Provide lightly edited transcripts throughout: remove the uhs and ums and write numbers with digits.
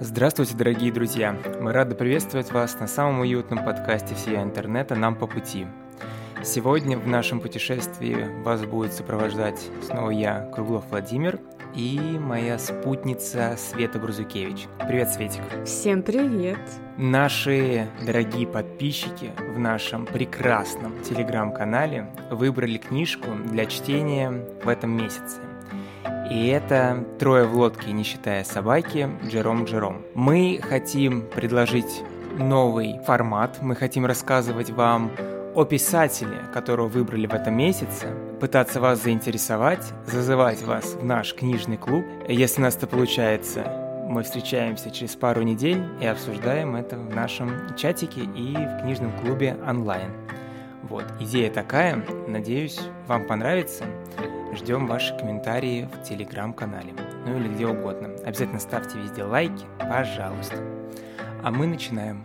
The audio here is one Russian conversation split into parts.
Здравствуйте, дорогие друзья! Мы рады приветствовать вас на самом уютном подкасте всего интернета «Нам по пути». Сегодня в нашем путешествии вас будет сопровождать снова я, Круглов Владимир, и моя спутница Света Грузукевич. Привет, Светик! Всем привет! Наши дорогие подписчики в нашем прекрасном телеграм-канале выбрали книжку для чтения в этом месяце. И это «Трое в лодке, не считая собаки» Джером Джером. Мы хотим предложить новый формат, мы хотим рассказывать вам о писателе, которого выбрали в этом месяце, пытаться вас заинтересовать, зазывать вас в наш книжный клуб. Если у нас это получается, мы встречаемся через пару недель и обсуждаем это в нашем чатике и в книжном клубе онлайн. Вот, идея такая, надеюсь, вам понравится. Ждем ваши комментарии в телеграм-канале, ну или где угодно. Обязательно ставьте везде лайки, пожалуйста. А мы начинаем.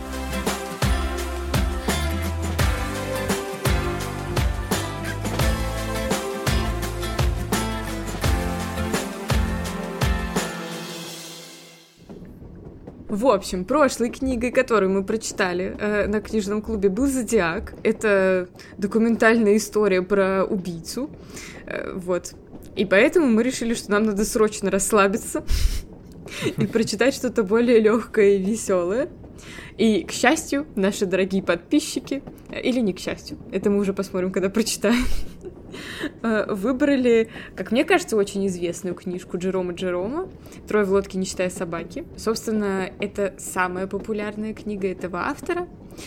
В общем, прошлой книгой, которую мы прочитали на книжном клубе, был «Зодиак». Это документальная история про убийцу. Вот. И поэтому мы решили, что нам надо срочно расслабиться и прочитать что-то более легкое и веселое. И, к счастью, наши дорогие подписчики, или не к счастью, это мы уже посмотрим, когда прочитаем, выбрали, как мне кажется, очень известную книжку Джерома Джерома «Трое в лодке, не считая собаки». Собственно, это самая популярная книга этого автора.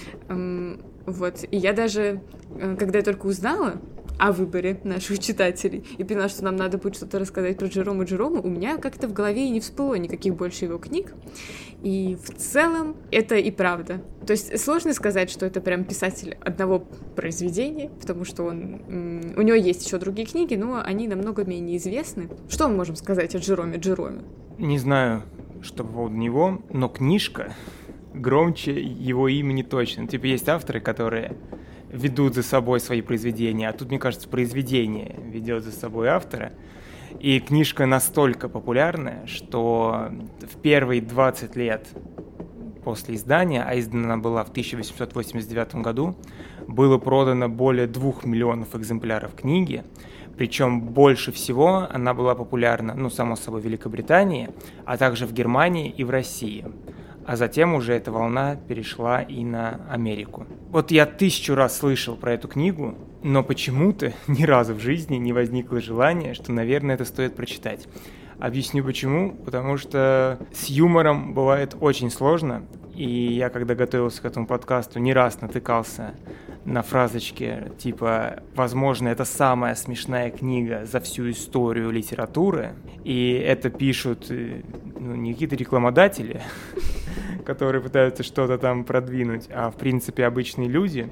Вот. И я даже, когда я только узнала о выборе наших читателей и поняла, что нам надо будет что-то рассказать про Джерома Джерома, у меня как-то в голове и не всплыло никаких больше его книг. И в целом это и правда. То есть сложно сказать, что это прям писатель одного произведения, потому что у него есть еще другие книги, но они намного менее известны. Что мы можем сказать о Джероме Джероме? Не знаю, что по поводу него, но книжка громче его имени точно. Типа есть авторы, которые ведут за собой свои произведения, а тут, мне кажется, произведение ведет за собой автора. И книжка настолько популярная, что в первые 20 лет после издания, а издана она была в 1889 году, было продано более 2 миллионов экземпляров книги, причем больше всего она была популярна, само собой, в Великобритании, а также в Германии и в России. А затем уже эта волна перешла и на Америку. Вот я 1000 раз слышал про эту книгу, но почему-то ни разу в жизни не возникло желания, что, наверное, это стоит прочитать. Объясню почему. Потому что с юмором бывает очень сложно, и я, когда готовился к этому подкасту, не раз натыкался на фразочки типа «возможно, это самая смешная книга за всю историю литературы», и это пишут не какие-то рекламодатели, которые пытаются что-то там продвинуть, а в принципе обычные люди.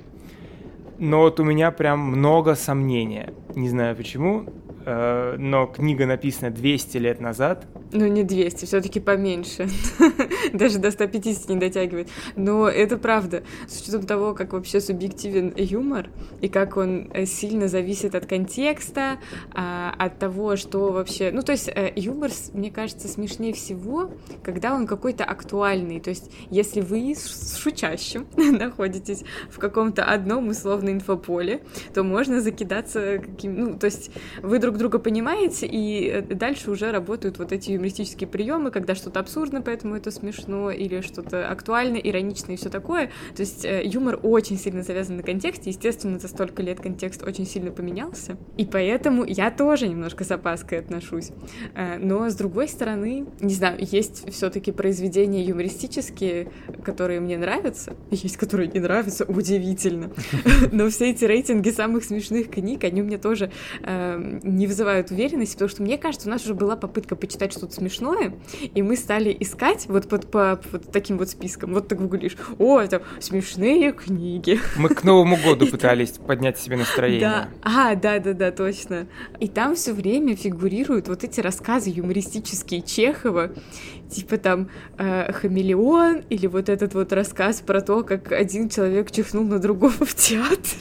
Но вот у меня прям много сомнений. Не знаю почему, но книга написана 200 лет назад. Ну, не 200, все-таки поменьше. Даже до 150 не дотягивает. Но это правда. С учетом того, как вообще субъективен юмор, и как он сильно зависит от контекста, от того, что вообще... то есть юмор, мне кажется, смешнее всего, когда он какой-то актуальный. То есть если вы с шутящим находитесь в каком-то одном условном инфополе, то можно закидаться каким... то есть вы друг друга понимаете, и дальше уже работают вот эти юмористические приемы, когда что-то абсурдно, поэтому это смешно, или что-то актуальное, ироничное и все такое. То есть юмор очень сильно завязан на контексте. Естественно, за столько лет контекст очень сильно поменялся, и поэтому я тоже немножко с опаской отношусь. Но, с другой стороны, не знаю, есть все-таки произведения юмористические, которые мне нравятся, есть, которые не нравятся, удивительно. Но все эти рейтинги самых смешных книг, они у меня тоже не вызывают уверенности, потому что, мне кажется, у нас уже была попытка почитать что-то смешное, и мы стали искать вот по вот таким вот спискам. Вот ты гуглишь: о, это смешные книги. Мы к Новому году пытались поднять себе настроение. Да, точно. И там все время фигурируют вот эти рассказы юмористические Чехова, типа там «Хамелеон», или вот этот вот рассказ про то, как один человек чихнул на другого в театре.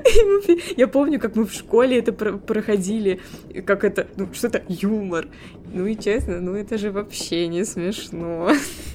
Я помню, как мы в школе это проходили, как это, что это юмор. Ну и честно, ну это же вообще не смешно.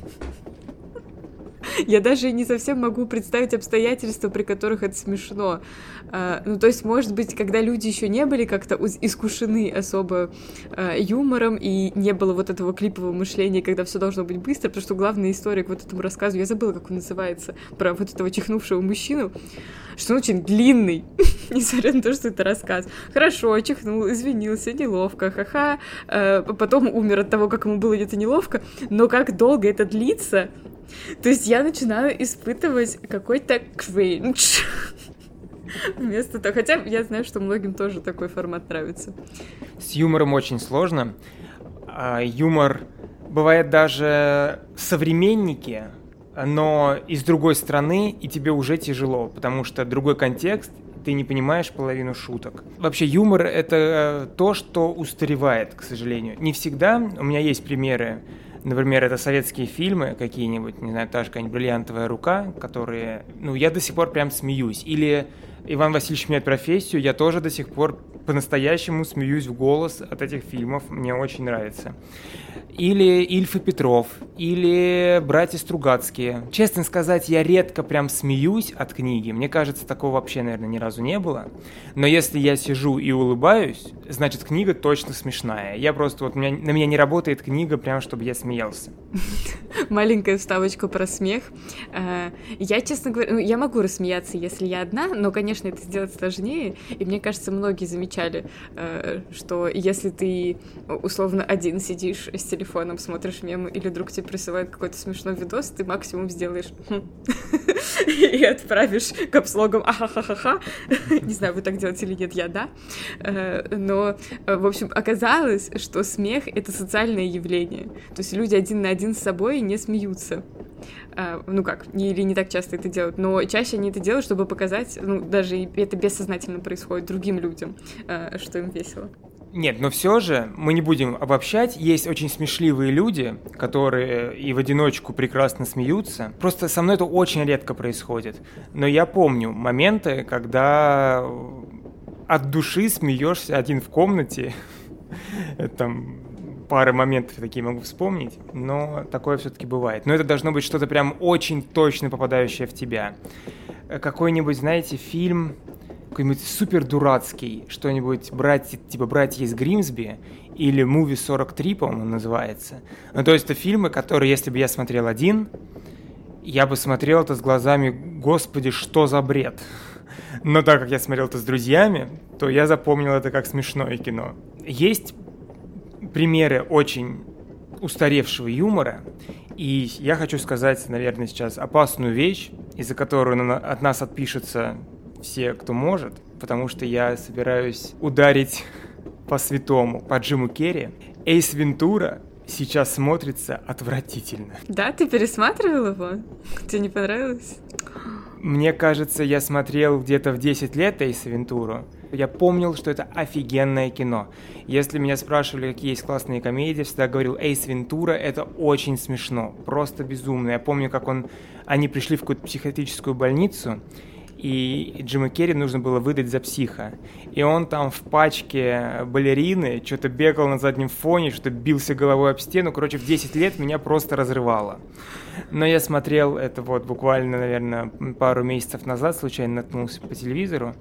Я даже не совсем могу представить обстоятельства, при которых это смешно. Ну, то есть, может быть, когда люди еще не были как-то искушены особо юмором, и не было вот этого клипового мышления, когда все должно быть быстро, потому что главная история к вот этому рассказу, я забыла, как он называется, про вот этого чихнувшего мужчину, что он очень длинный, несмотря на то, что это рассказ. Хорошо, чихнул, извинился, неловко, ха-ха, потом умер от того, как ему было где-то неловко, но как долго это длится. То есть я начинаю испытывать какой-то кринж. Вместо того, хотя я знаю, что многим тоже такой формат нравится. С юмором очень сложно. Юмор бывает даже современники, но из другой страны, и тебе уже тяжело, потому что другой контекст, ты не понимаешь половину шуток. Вообще юмор — это то, что устаревает, к сожалению. Не всегда. У меня есть примеры. Например, это советские фильмы какие-нибудь, не знаю, та же какая-нибудь «Бриллиантовая рука», которые, я до сих пор прям смеюсь. Или «Иван Васильевич меняет профессию», я тоже до сих пор по-настоящему смеюсь в голос от этих фильмов, мне очень нравится. Или Ильф и Петров, или «Братья Стругацкие». Честно сказать, я редко прям смеюсь от книги, мне кажется, такого вообще, наверное, ни разу не было. Но если я сижу и улыбаюсь, значит, книга точно смешная. Я просто, на меня не работает книга, прям чтобы я смеялся. Маленькая вставочка про смех. Я, честно говоря, я могу рассмеяться, если я одна, но, конечно, это сделать сложнее, и мне кажется, многие замечали, что если ты, условно, один сидишь с телефоном, смотришь мемы, или вдруг тебе присылают какой-то смешной видос, ты максимум сделаешь и отправишь капслогом ахахахаха. Не знаю, вы так делаете или нет, я да. Но, в общем, оказалось, что смех — это социальное явление. То есть люди один на один с собой не смеются. Или не так часто это делают, но чаще они это делают, чтобы показать, даже это бессознательно происходит другим людям, что им весело. Нет, но все же мы не будем обобщать. Есть очень смешливые люди, которые и в одиночку прекрасно смеются. Просто со мной это очень редко происходит. Но я помню моменты, когда от души смеешься один в комнате. Там пары моментов такие могу вспомнить, но такое все-таки бывает. Но это должно быть что-то прям очень точно попадающее в тебя. Какой-нибудь, знаете, фильм какой-нибудь супер дурацкий, что-нибудь «Братья из Гримсби» или «Муви 43», по-моему, называется. То есть это фильмы, которые, если бы я смотрел один, я бы смотрел это с глазами «Господи, что за бред?». Но так как я смотрел это с друзьями, то я запомнил это как смешное кино. Есть примеры очень устаревшего юмора, и я хочу сказать, наверное, сейчас опасную вещь, из-за которой от нас отпишется все, кто может, потому что я собираюсь ударить по святому, по Джиму Керри. Эйс Вентура сейчас смотрится отвратительно. Да, ты пересматривал его? Тебе не понравилось? Мне кажется, я смотрел где-то в 10 лет Эйса Вентуру. Я помнил, что это офигенное кино. Если меня спрашивали, какие есть классные комедии, всегда говорил, Эйс Вентура — это очень смешно, просто безумно. Я помню, как они пришли в какую-то психиатрическую больницу, и Джима Керри нужно было выдать за психа. И он там в пачке балерины что-то бегал на заднем фоне, что-то бился головой об стену. Короче, в 10 лет меня просто разрывало. Но я смотрел это буквально, наверное, пару месяцев назад, случайно наткнулся по телевизору.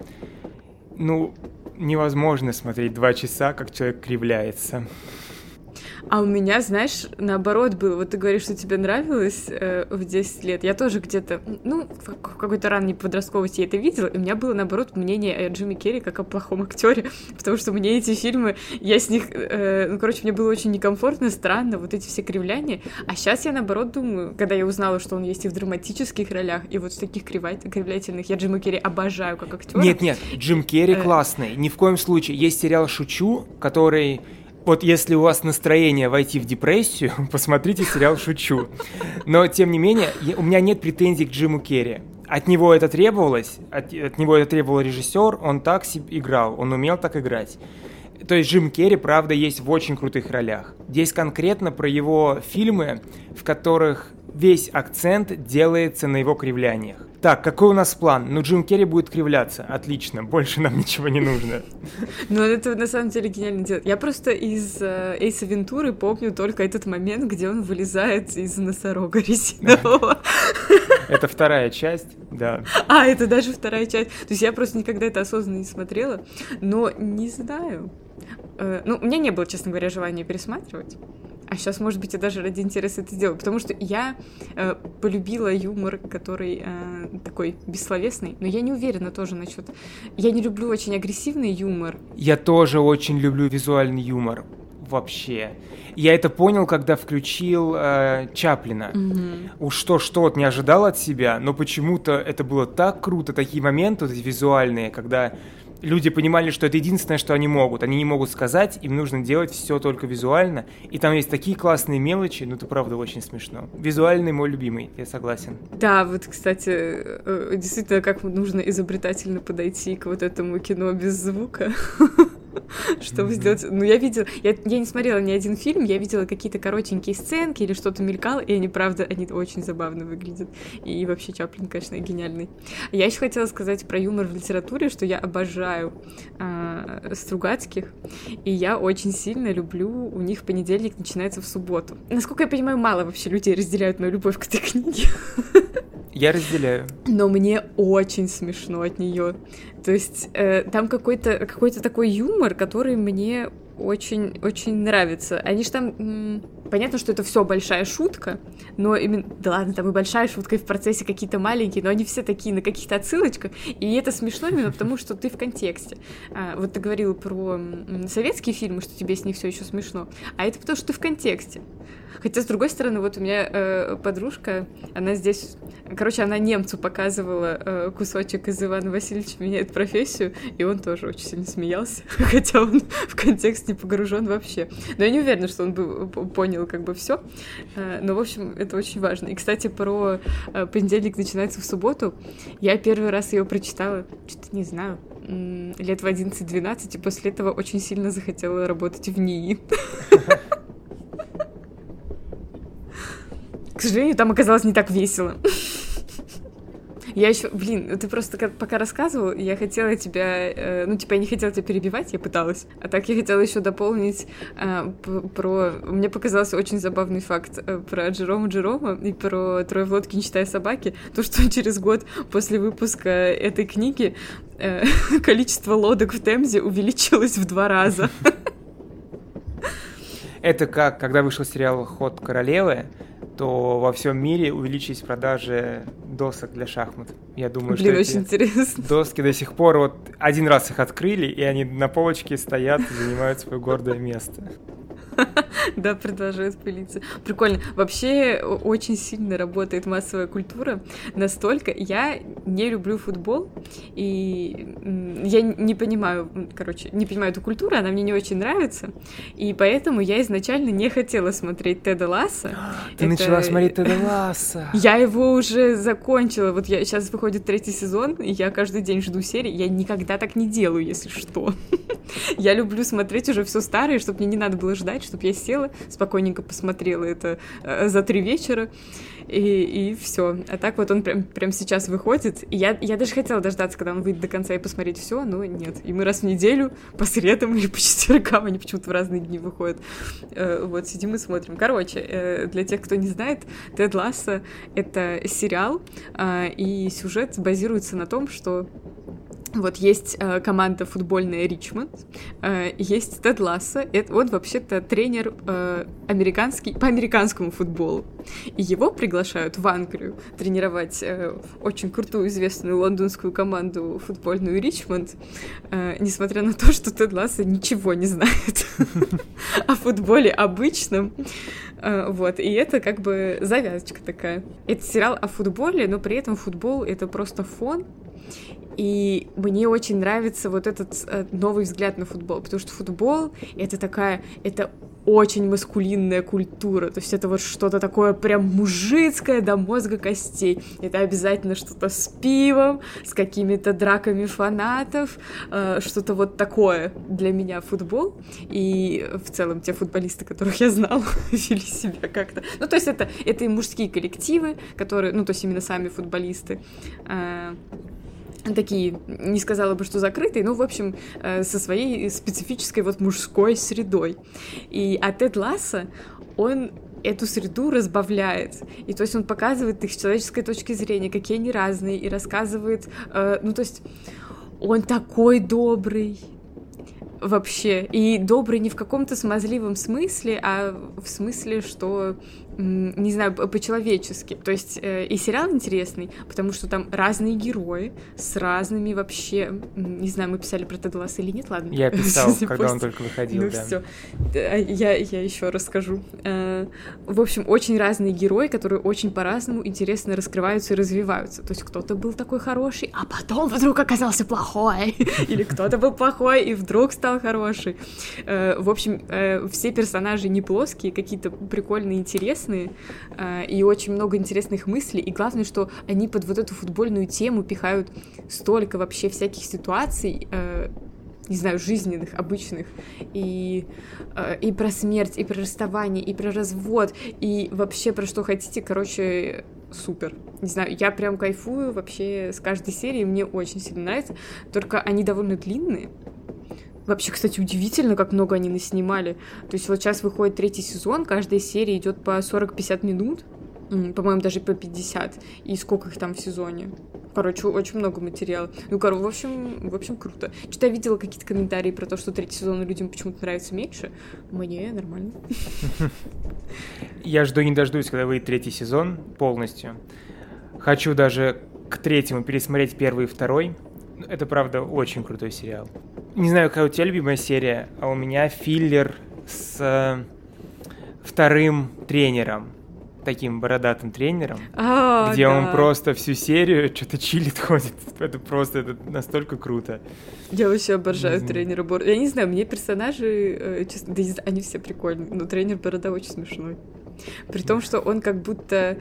Невозможно смотреть 2 часа, как человек кривляется. А у меня, знаешь, наоборот было. Вот ты говоришь, что тебе нравилось в 10 лет. Я тоже где-то, в какой-то ранней подростковости я это видела, и у меня было, наоборот, мнение о Джиме Керри как о плохом актере, потому что мне эти фильмы, я с них, мне было очень некомфортно, странно, вот эти все кривляния. А сейчас я, наоборот, думаю, когда я узнала, что он есть и в драматических ролях, и вот в таких кривлятельных, я Джима Керри обожаю как актера. Нет, Джим Керри классный, ни в коем случае. Есть сериал «Шучу», который... Вот если у вас настроение войти в депрессию, посмотрите сериал «Шучу». Но, тем не менее, у меня нет претензий к Джиму Керри. От него это требовалось, от него это требовал режиссер, он так играл, он умел так играть. То есть Джим Керри, правда, есть в очень крутых ролях. Здесь конкретно про его фильмы, в которых весь акцент делается на его кривляниях. Так, какой у нас план? Ну, Джим Керри будет кривляться. Отлично, больше нам ничего не нужно. Ну, это на самом деле гениально делать. Я просто из Эйса Вентуры помню только этот момент, где он вылезает из носорога резинового. Это вторая часть, да. Это даже вторая часть. То есть я просто никогда это осознанно не смотрела, но не знаю. Ну, у меня не было, честно говоря, желания пересматривать. А сейчас, может быть, я даже ради интереса это сделаю, потому что я полюбила юмор, который такой бессловесный, но я не уверена тоже насчет... Я не люблю очень агрессивный юмор. Я тоже очень люблю визуальный юмор. Вообще. Я это понял, когда включил Чаплина. Уж что вот не ожидал от себя, но почему-то это было так круто, такие моменты вот, визуальные, когда люди понимали, что это единственное, что они могут. Они не могут сказать, им нужно делать все только визуально. И там есть такие классные мелочи, ну это правда очень смешно. Визуальный мой любимый, я согласен. Да, вот, кстати, действительно, как нужно изобретательно подойти к вот этому кино без звука. Чтобы сделать... Ну, я видела... Я не смотрела ни один фильм, я видела какие-то коротенькие сценки или что-то мелькало, и они, правда, они очень забавно выглядят. И вообще Чаплин, конечно, гениальный. Я еще хотела сказать про юмор в литературе, что я обожаю Стругацких, и я очень сильно люблю... У них понедельник начинается в субботу. Насколько я понимаю, мало вообще людей разделяют мою любовь к этой книге. Я разделяю. Но мне очень смешно от нее. То есть там какой-то такой юмор, который мне очень нравится. Они же там... понятно, что это все большая шутка, но именно... Да ладно, там и большая шутка, и в процессе какие-то маленькие, но они все такие на каких-то отсылочках, и это смешно именно потому, что ты в контексте. Вот ты говорил про советские фильмы, что тебе с них все еще смешно, а это потому, что ты в контексте. Хотя, с другой стороны, вот у меня подружка, она здесь... Короче, она немцу показывала кусочек из «Ивана Васильевича меняет профессию», и он тоже очень сильно смеялся, хотя он в контекст не погружен вообще. Но я не уверена, что он бы понял как бы все. Но, в общем, это очень важно. И, кстати, про «Понедельник начинается в субботу». Я первый раз ее прочитала, что-то не знаю, лет в 11-12, и после этого очень сильно захотела работать в НИИ. К сожалению, там оказалось не так весело. Я еще, ты просто пока рассказывал, я хотела тебя, я не хотела тебя перебивать, я пыталась. А так я хотела еще дополнить мне показался очень забавный факт про Джерома и про «Трое в лодке, не считая собаки», то, что через год после выпуска этой книги количество лодок в Темзе увеличилось в 2 раза. Это как, когда вышел сериал «Ход королевы», то во всем мире увеличились продажи досок для шахмат. Я думаю, что очень интересно. Доски до сих пор вот один раз их открыли, и они на полочке стоят и занимают свое гордое место. Да, продолжает пылиться. Прикольно. Вообще очень сильно работает массовая культура. Настолько я не люблю футбол, и я не понимаю эту культуру, она мне не очень нравится, и поэтому я изначально не хотела смотреть Теда Ласса. Ты начала смотреть Теда Ласса. Я его уже закончила. Вот сейчас выходит 3-й сезон, и я каждый день жду серии. Я никогда так не делаю, если что. Я люблю смотреть уже все старое, чтобы мне не надо было ждать, чтобы я села, спокойненько посмотрела это за 3 вечера, и все. А так вот он прям сейчас выходит. И я даже хотела дождаться, когда он выйдет до конца и посмотреть все, но нет. И мы раз в неделю, по средам или по четвергам, они почему-то в разные дни выходят. Вот, сидим и смотрим. Короче, для тех, кто не знает, Тед Лассо — это сериал, и сюжет базируется на том, что вот есть команда футбольная Ричмонд, есть Тед Лассо, он вообще-то тренер по американскому футболу. И его приглашают в Англию тренировать очень крутую, известную лондонскую команду футбольную Ричмонд, несмотря на то, что Тед Лассо ничего не знает о футболе обычном. Вот, и это как бы завязочка такая. Это сериал о футболе, но при этом футбол — это просто фон. И мне очень нравится вот этот новый взгляд на футбол, потому что футбол — это очень маскулинная культура, то есть это вот что-то такое прям мужицкое до мозга костей. Это обязательно что-то с пивом, с какими-то драками фанатов, что-то вот такое для меня футбол. И в целом те футболисты, которых я знала, вели себя как-то... Ну, то есть это и мужские коллективы, которые, ну, то есть именно сами футболисты, такие, не сказала бы, что закрытые, но, в общем, со своей специфической вот мужской средой. А Тед Лассо, он эту среду разбавляет. И то есть он показывает их с человеческой точки зрения, какие они разные, и рассказывает... ну, то есть он такой добрый вообще. И добрый не в каком-то смазливом смысле, а в смысле, что... не знаю, по-человечески. То есть и сериал интересный, потому что там разные герои с разными вообще... Не знаю, мы писали про Теда Лассо или нет, ладно. Я писал, когда он только выходил, ну, да. Всё. Я еще расскажу. В общем, очень разные герои, которые очень по-разному интересно раскрываются и развиваются. То есть кто-то был такой хороший, а потом вдруг оказался плохой. Или кто-то был плохой и вдруг стал хороший. В общем, все персонажи не плоские, какие-то прикольные, интересные, и очень много интересных мыслей, и главное, что они под вот эту футбольную тему пихают столько вообще всяких ситуаций, не знаю, жизненных, обычных, и про смерть, и про расставание, и про развод, и вообще про что хотите, короче, супер. Не знаю, я прям кайфую вообще с каждой серии, мне очень сильно нравится, только они довольно длинные. Вообще, кстати, удивительно, как много они наснимали. То есть вот сейчас выходит 3-й сезон, каждая серия идет по 40-50 минут, по-моему, даже по 50. И сколько их там в сезоне? Короче, очень много материала. Ну, в общем, круто. Что-то я видела какие-то комментарии про то, что 3-й сезон людям почему-то нравится меньше. Мне нормально. Я жду не дождусь, когда выйдет 3-й сезон полностью. Хочу даже к 3-му пересмотреть 1-й и 2-й. Это, правда, очень крутой сериал. Не знаю, какая у тебя любимая серия, а у меня филлер с 2-м тренером, таким бородатым тренером, где он просто всю серию что-то чилит, ходит. Это настолько круто. Я вообще обожаю тренера Борода. Я не знаю, мне персонажи, честно, да, они все прикольные, но тренер Борода очень смешной. При том, что он как будто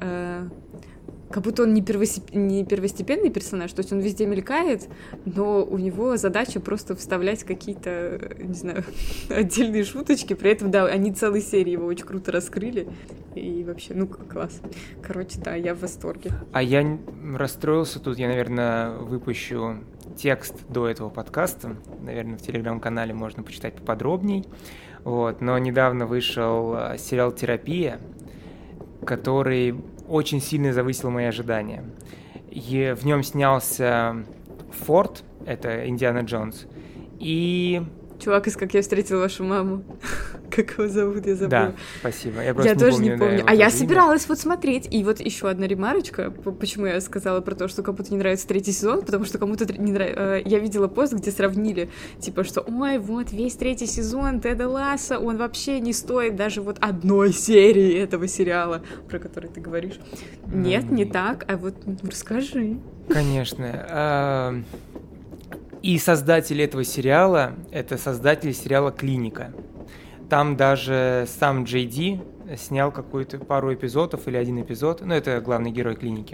он не первостепенный персонаж, то есть он везде мелькает, но у него задача просто вставлять какие-то, не знаю, отдельные шуточки, при этом, да, они целые серии его очень круто раскрыли, и вообще, ну, класс. Короче, да, я в восторге. А я расстроился тут, я, наверное, выпущу текст до этого подкаста, наверное, в телеграм-канале можно почитать поподробней, вот, но недавно вышел сериал «Терапия», который очень сильно завысил мои ожидания. И в нем снялся Форд, это Индиана Джонс, и... Чувак из «Как я встретил вашу маму». Как его зовут, я забыла. Да, спасибо. Я тоже не помню. А я собиралась имя. вот смотреть. И вот еще одна ремарочка, почему я сказала про то, что кому-то не нравится 3-й сезон, потому что кому-то не нравится... Я видела пост, где сравнили, типа, что ой, вот весь 3-й сезон Теда Лассо, он вообще не стоит даже вот одной серии этого сериала, про который ты говоришь. Нет, не так. А вот расскажи. Конечно. И создатель этого сериала — это создатель сериала «Клиника». Там даже сам Джей Ди снял какую-то пару эпизодов или один эпизод. Ну, это главный герой «Клиники».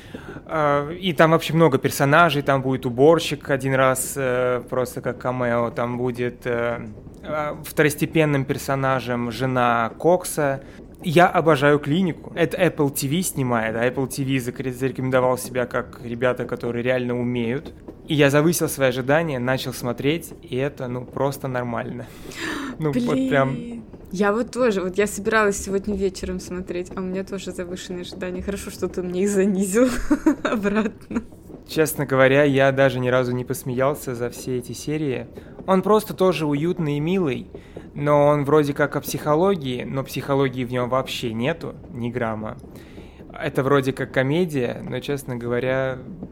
И там вообще много персонажей. Там будет уборщик один раз, просто как камео. Там будет второстепенным персонажем жена Кокса. Я обожаю «Клинику». Это Apple TV снимает, а Apple TV зарекомендовал себя как ребята, которые реально умеют. И я завысил свои ожидания, начал смотреть, и это, просто нормально. Блин. Вот прям... Я вот тоже, вот я собиралась сегодня вечером смотреть, а у меня тоже завышенные ожидания. Хорошо, что ты мне их занизил обратно. Честно говоря, я даже ни разу не посмеялся за все эти серии. Он просто тоже уютный и милый, но он вроде как о психологии, но психологии в нем вообще нету, ни грамма. Это вроде как комедия, но, честно говоря,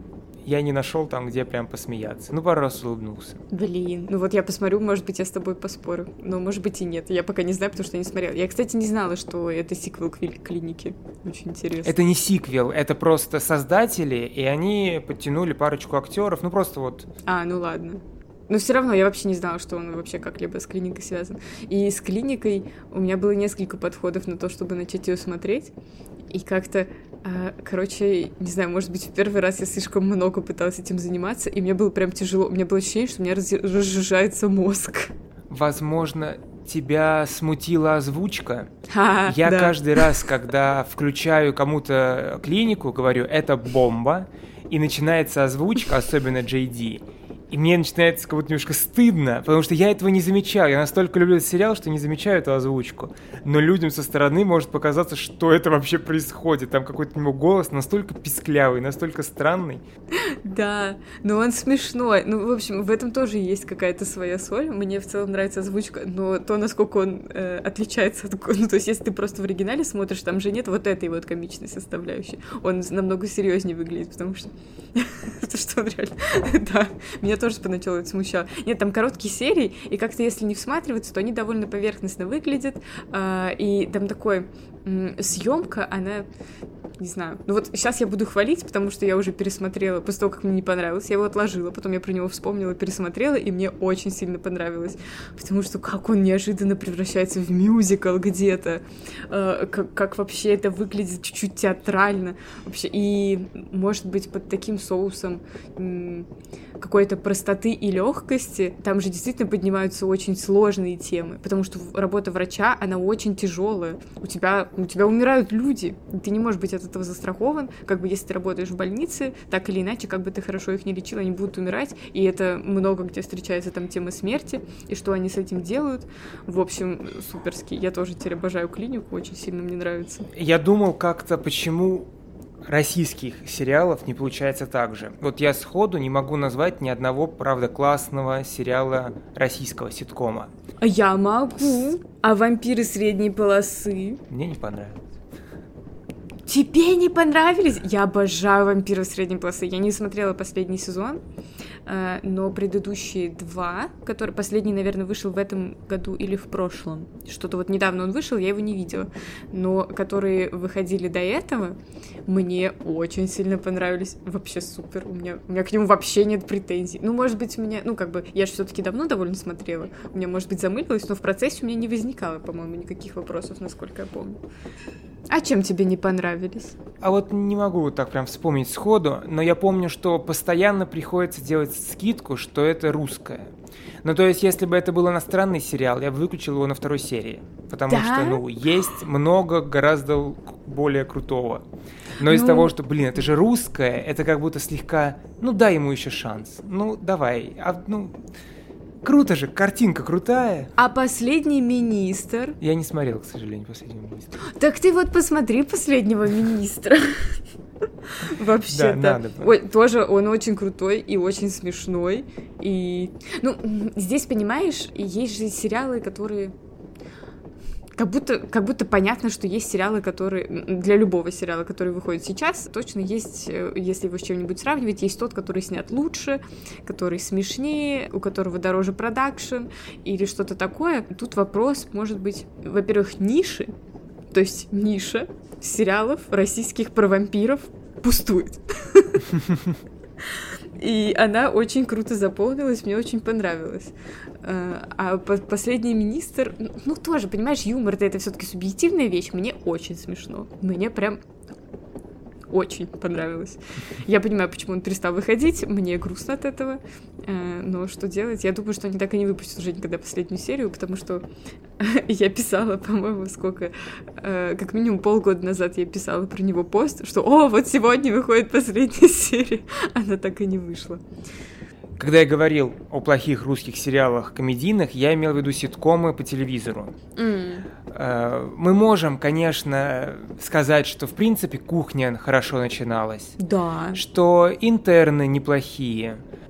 я не нашел там, где прям посмеяться. Ну, пару раз улыбнулся. Блин, ну вот я посмотрю, может быть, я с тобой поспорю. Но может быть и нет. Я пока не знаю, потому что не смотрела. Я, кстати, не знала, что это сиквел к «Клинике». Очень интересно. Это не сиквел, это просто создатели, и они подтянули парочку актеров. Ну, просто вот... Ну ладно. Но все равно я вообще не знала, что он вообще как-либо с «Клиникой» связан. И с «Клиникой» у меня было несколько подходов на то, чтобы начать ее смотреть. И как-то, короче, не знаю, может быть, в первый раз я слишком много пыталась этим заниматься, и мне было прям тяжело. У меня было ощущение, что у меня разжижается мозг. Возможно, тебя смутила озвучка. Я каждый раз, когда включаю кому-то «Клинику», говорю «это бомба», и начинается озвучка, особенно JD, и мне начинается как будто немножко стыдно, потому что я этого не замечал. Я настолько люблю этот сериал, что не замечаю эту озвучку. Но людям со стороны может показаться, что это вообще происходит. Там какой-то у него голос настолько писклявый, настолько странный. Да, но он смешной. Ну, в общем, в этом тоже есть какая-то своя соль. Мне в целом нравится озвучка, но то, насколько он отличается от... Ну, то есть, если ты просто в оригинале смотришь, там же нет вот этой вот комичной составляющей. Он намного серьезнее выглядит, потому что... Потому что он реально... Да, меня тоже поначалу это смущало. Нет, там короткие серии, и как-то если не всматриваться, то они довольно поверхностно выглядят, и там такой съемка, она, не знаю, ну вот сейчас я буду хвалить, потому что я уже пересмотрела, после того, как мне не понравилось, я его отложила, потом я про него вспомнила, пересмотрела, и мне очень сильно понравилось, потому что как он неожиданно превращается в мюзикл где-то, как вообще это выглядит чуть-чуть театрально, вообще, и, может быть, под таким соусом какой-то простоты и легкости, там же действительно поднимаются очень сложные темы, потому что работа врача, она очень тяжелая. У тебя умирают люди, и ты не можешь быть от этого застрахован, как бы если ты работаешь в больнице, так или иначе, как бы ты хорошо их не лечил, они будут умирать, и это много где встречается там тема смерти, и что они с этим делают. В общем, суперски. Я тоже теперь обожаю «Клинику», очень сильно мне нравится. Я думал как-то, почему российских сериалов не получается так же. Вот я сходу не могу назвать ни одного, правда, классного сериала российского ситкома. Я могу. А «Вампиры средней полосы»? Мне не понравилось. Тебе не понравились? Я обожаю «Вампиров средней полосы». Я не смотрела последний сезон, но предыдущие два, который последний, наверное, вышел в этом году или в прошлом. Что-то вот недавно он вышел, я его не видела. Но которые выходили до этого, мне очень сильно понравились. Вообще супер. У меня к нему вообще нет претензий. Ну, может быть, у меня... Ну, как бы, я же все-таки давно довольно смотрела. У меня, может быть, замылилось, но в процессе у меня не возникало, по-моему, никаких вопросов, насколько я помню. А чем тебе не понравились? А вот не могу вот так прям вспомнить сходу, но я помню, что постоянно приходится делать скидку, что это русское. Ну, то есть, если бы это был иностранный сериал, я бы выключил его на второй серии. Потому что, есть много гораздо более крутого. Но из того, что, это же русское, это как будто слегка, дай ему еще шанс. Давай. Круто же, картинка крутая. А «Последний министр»? Я не смотрел, к сожалению, «Последнего министра». Так ты вот посмотри «Последнего министра». Вообще-то. Да, надо. Тоже он очень крутой и очень смешной. И, здесь, понимаешь, есть же сериалы, которые... Как будто понятно, что есть сериалы, которые... Для любого сериала, который выходит сейчас, точно есть, если его с чем-нибудь сравнивать, есть тот, который снят лучше, который смешнее, у которого дороже продакшн или что-то такое. Тут вопрос может быть, во-первых, ниши, то есть ниша сериалов российских про вампиров пустует. И она очень круто заполнилась, мне очень понравилось. А «Последний министр», тоже, понимаешь, юмор-то это все-таки субъективная вещь, мне очень смешно. Мне прям очень понравилось. Я понимаю, почему он перестал выходить, мне грустно от этого, но что делать? Я думаю, что они так и не выпустят уже никогда последнюю серию, потому что я писала, по-моему, как минимум полгода назад я писала про него пост, что вот сегодня выходит последняя серия, она так и не вышла. Когда я говорил о плохих русских сериалах комедийных, я имел в виду ситкомы по телевизору. Мы можем, конечно, сказать, что, в принципе, «Кухня» хорошо начиналась. Да. Что «Интерны» неплохие.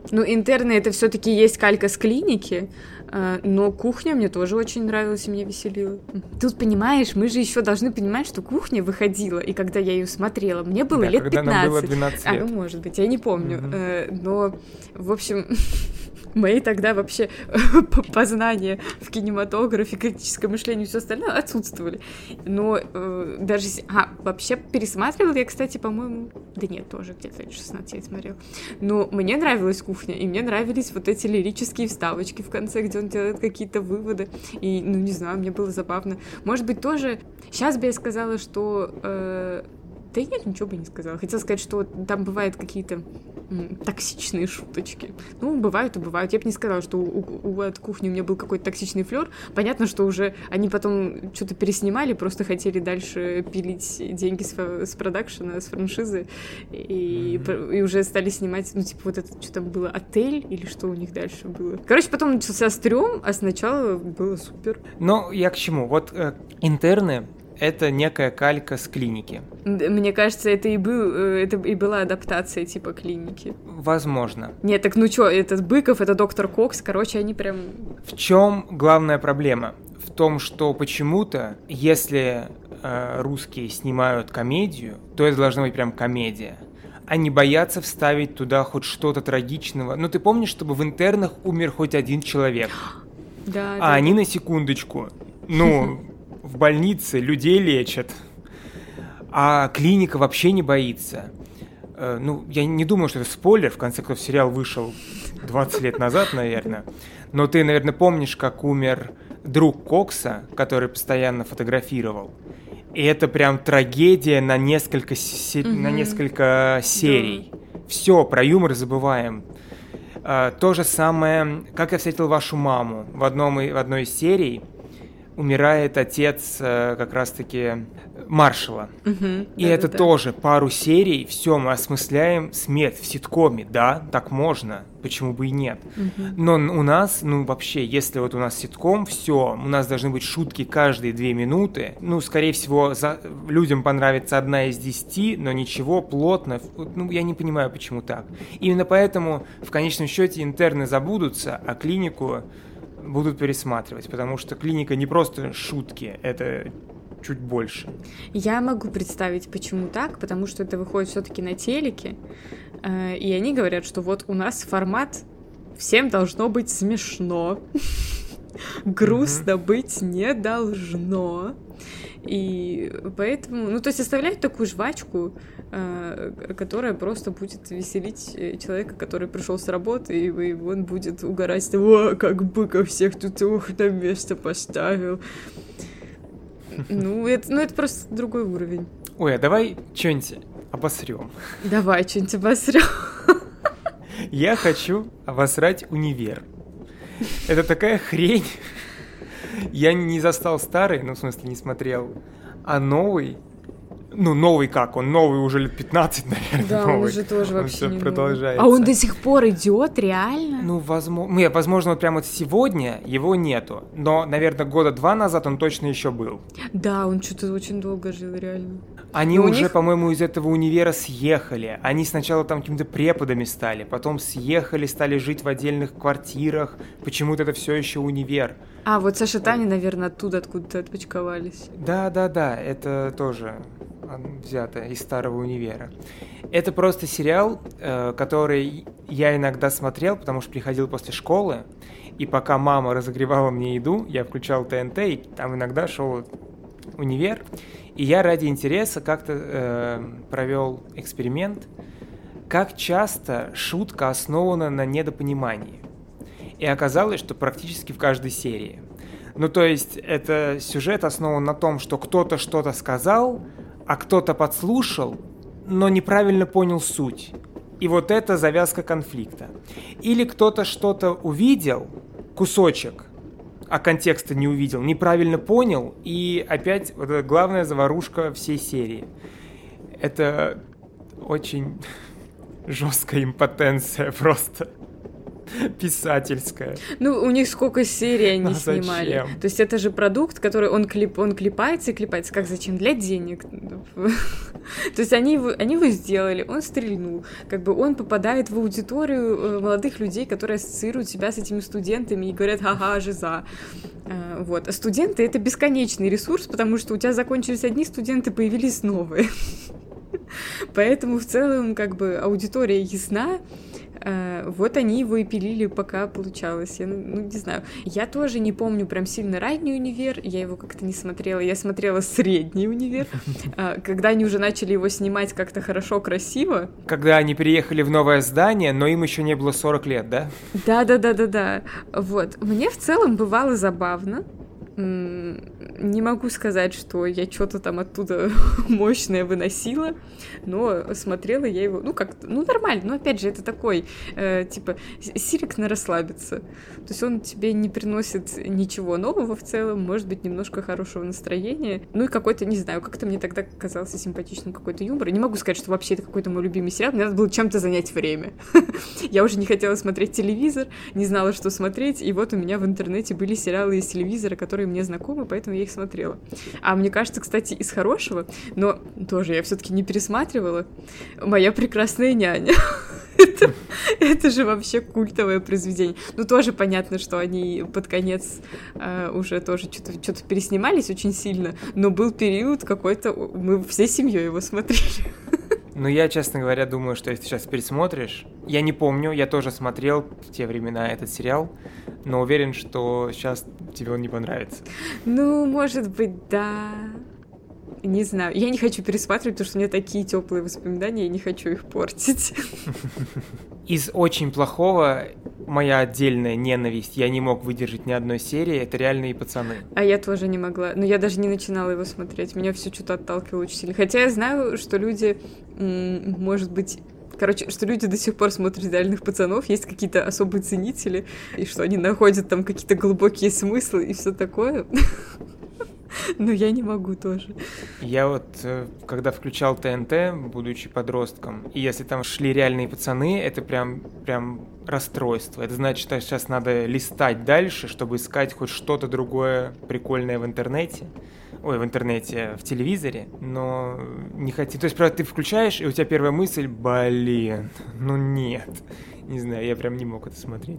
Ну, интерны — это все-таки есть калька с клиники, но кухня мне тоже очень нравилась и меня веселила. Тут, понимаешь, мы же еще должны понимать, что кухня выходила, и когда я ее смотрела, мне было лет 15. Когда нам было 12 лет. Ну, может быть, я не помню. Но, в общем... Мои тогда вообще познания в кинематографе, критическое мышление и все остальное отсутствовали. Но даже... вообще пересматривала я, кстати, по-моему... Да нет, тоже где-то 16 я смотрела. Но мне нравилась кухня, и мне нравились вот эти лирические вставочки в конце, где он делает какие-то выводы. И, ну, не знаю, мне было забавно. Может быть, тоже... Сейчас бы я сказала, что... Да нет, ничего бы не сказала. Хотела сказать, что там бывают какие-то токсичные шуточки. Ну, бывают и бывают. Я бы не сказала, что у от кухни у меня был какой-то токсичный флёр. Понятно, что уже они потом что-то переснимали, просто хотели дальше пилить деньги с продакшена, с франшизы, и уже стали снимать, ну, типа, вот это, что там было, отель, или что у них дальше было. Короче, потом начался стрём, а сначала было супер. Но я к чему? Вот интерны — это некая калька с клиники. Мне кажется, это и была адаптация типа клиники. Возможно. Нет, так ну чё, этот Быков, это доктор Кокс, короче, они прям... В чем главная проблема? В том, что почему-то, если русские снимают комедию, то это должна быть прям комедия. Они боятся вставить туда хоть что-то трагичного. Ну, ты помнишь, чтобы в интернах умер хоть один человек? Да. А они на секундочку, ну... В больнице людей лечат, а клиника вообще не боится. Ну, я не думаю, что это спойлер, в конце концов, сериал вышел 20 лет назад, наверное. Но ты, наверное, помнишь, как умер друг Кокса, который постоянно фотографировал. И это прям трагедия на несколько серий. Да. Все, про юмор забываем. То же самое, как я встретил вашу маму. В одной из серий умирает отец как раз-таки маршала. И это тоже пару серий, все, мы осмысляем смерть в ситкоме. Да, так можно, почему бы и нет. Но у нас, ну вообще, если вот у нас ситком, все, у нас должны быть шутки каждые 2 минуты. Ну, скорее всего, людям понравится 1 из 10, но ничего, плотно. Ну, я не понимаю, почему так. Именно поэтому в конечном счете интерны забудутся, а клинику будут пересматривать, потому что клиника не просто шутки, это чуть больше. Я могу представить, почему так, потому что это выходит все-таки на телеке, и они говорят, что вот у нас формат «всем должно быть смешно», грустно быть не должно. И поэтому, ну, то есть оставлять такую жвачку, которая просто будет веселить человека, который пришел с работы, и он будет угорать, о, как Быков всех тут на место поставил. Ну, это просто другой уровень. Ой, а давай что-нибудь обосрем. Давай что-нибудь обосрем. Я хочу обосрать «Универ». Это такая хрень. Я не застал старый, ну, в смысле, не смотрел, а новый. Ну, новый как? Он новый уже лет 15, наверное. Да, новый. Он уже тоже вообще не продолжается. А он до сих пор идет, реально? Ну, возможно, вот прямо вот сегодня его нету. Но, наверное, 2 года назад он точно еще был. Да, он что-то очень долго жил, реально. Они уже, по-моему, из этого универа съехали. Они сначала там какими-то преподами стали, потом съехали, стали жить в отдельных квартирах. Почему-то это все еще универ. А, вот Саша Таня, наверное, оттуда откуда-то отпочковались. Да, это тоже взято из старого универа. Это просто сериал, который я иногда смотрел, потому что приходил после школы, и пока мама разогревала мне еду, я включал ТНТ, и там иногда шел универ, и я ради интереса как-то провел эксперимент, как часто шутка основана на недопонимании. И оказалось, что практически в каждой серии. Ну, то есть, это сюжет основан на том, что кто-то что-то сказал, а кто-то подслушал, но неправильно понял суть. И вот это завязка конфликта. Или кто-то что-то увидел, кусочек, а контекста не увидел, неправильно понял, и опять вот эта главная заварушка всей серии. Это очень жесткая импотенция просто. Писательская. Ну, у них сколько серий они зачем? снимали. То есть это же продукт, который он клепается и клепается. Как зачем? Для денег. То есть они его сделали, он стрельнул. Как бы он попадает в аудиторию молодых людей, которые ассоциируют себя с этими студентами и говорят: ага, жиза. Вот. А студенты — это бесконечный ресурс, потому что у тебя закончились одни студенты, появились новые. Поэтому в целом как бы аудитория ясна. Вот они его и пилили, пока получалось. Я, не знаю. Я тоже не помню прям сильно ранний «Универ», я его как-то не смотрела. Я смотрела средний «Универ», когда они уже начали его снимать как-то хорошо, красиво. Когда они переехали в новое здание, но им еще не было 40 лет, да? Да. Вот. Мне в целом бывало забавно. Не могу сказать, что я что-то там оттуда мощное выносила, но смотрела я его, нормально, но опять же, это такой, типа, серик на расслабиться. То есть он тебе не приносит ничего нового в целом, может быть, немножко хорошего настроения, ну и какой-то, не знаю, как-то мне тогда казался симпатичным какой-то юмор. Не могу сказать, что вообще это какой-то мой любимый сериал, мне надо было чем-то занять время. Я уже не хотела смотреть телевизор, не знала, что смотреть, и вот у меня в интернете были сериалы из телевизора, которые мне знакомы, поэтому я их смотрела. А мне кажется, кстати, из хорошего, но тоже я все-таки не пересматривала, «Моя прекрасная няня». Это же вообще культовое произведение. Ну, тоже понятно, что они под конец уже тоже что-то переснимались очень сильно, но был период какой-то, мы всей семьей его смотрели. Ну, я, честно говоря, думаю, что если ты сейчас пересмотришь... Я не помню, я тоже смотрел в те времена этот сериал, но уверен, что сейчас тебе он не понравится. Ну, может быть, да. Не знаю. Я не хочу пересматривать, потому что у меня такие теплые воспоминания, я не хочу их портить. Из очень плохого моя отдельная ненависть, я не мог выдержать ни одной серии, это «Реальные пацаны». А я тоже не могла. Но я даже не начинала его смотреть. Меня все что-то отталкивало очень сильно. Хотя я знаю, что люди, может быть... что люди до сих пор смотрят «Реальных пацанов», есть какие-то особые ценители, и что они находят там какие-то глубокие смыслы и все такое. Но я не могу тоже. Я вот, когда включал ТНТ, будучи подростком, и если там шли «Реальные пацаны», это прям расстройство. Это значит, что сейчас надо листать дальше, чтобы искать хоть что-то другое прикольное в интернете. Ой, в интернете, в телевизоре, но не хотите. То есть, правда, ты включаешь, и у тебя первая мысль: блин, ну нет. Не знаю, я прям не мог это смотреть.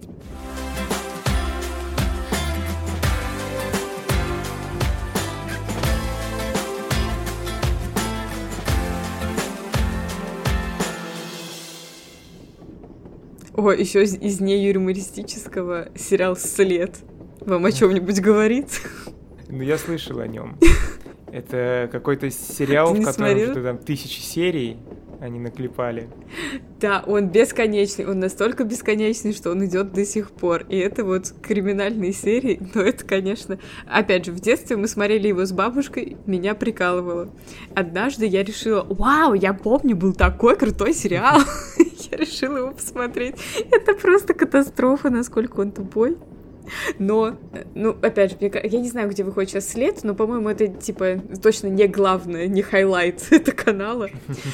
О, еще из неюмористического сериал «След». Вам о чем-нибудь говорит? Ну, я слышал о нем. Это какой-то сериал, в котором что-то там 1000 серий они наклепали. Да, он бесконечный, он настолько бесконечный, что он идет до сих пор. И это вот криминальные серии, но это, конечно... Опять же, в детстве мы смотрели его с бабушкой, меня прикалывало. Однажды я решила: вау, я помню, был такой крутой сериал. Я решила его посмотреть. Это просто катастрофа, насколько он тупой. Но, опять же, я не знаю, где выходит сейчас «След», но, по-моему, это, типа, точно не главное, не хайлайт этого канала.